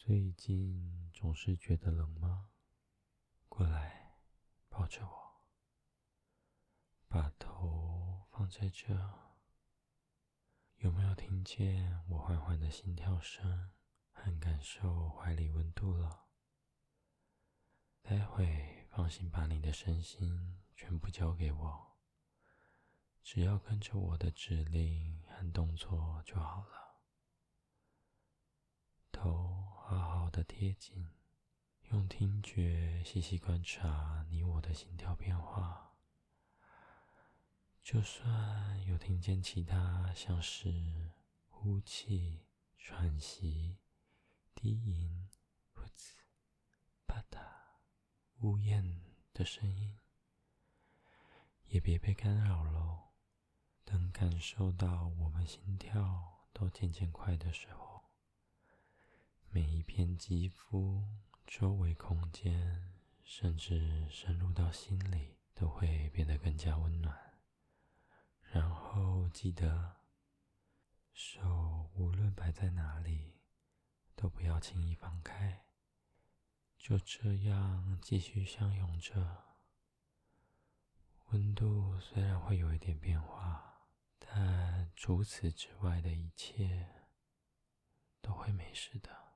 最近总是觉得冷吗？过来，抱着我，把头放在这，有没有听见我缓缓的心跳声和感受怀里温度了？待会放心把你的身心全部交给我，只要跟着我的指令和动作就好了。头好好的贴紧，用听觉细细观察你我的心跳变化。就算有听见其他像是呼气、喘息、低吟、噗呲、啪嗒、呜咽的声音，也别被干扰咯。等感受到我们心跳都渐渐快的时候，每一片肌肤、周围空间，甚至深入到心里，都会变得更加温暖。然后记得，手无论摆在哪里，都不要轻易放开，就这样继续相拥着。温度虽然会有一点变化，但除此之外的一切都会没事的。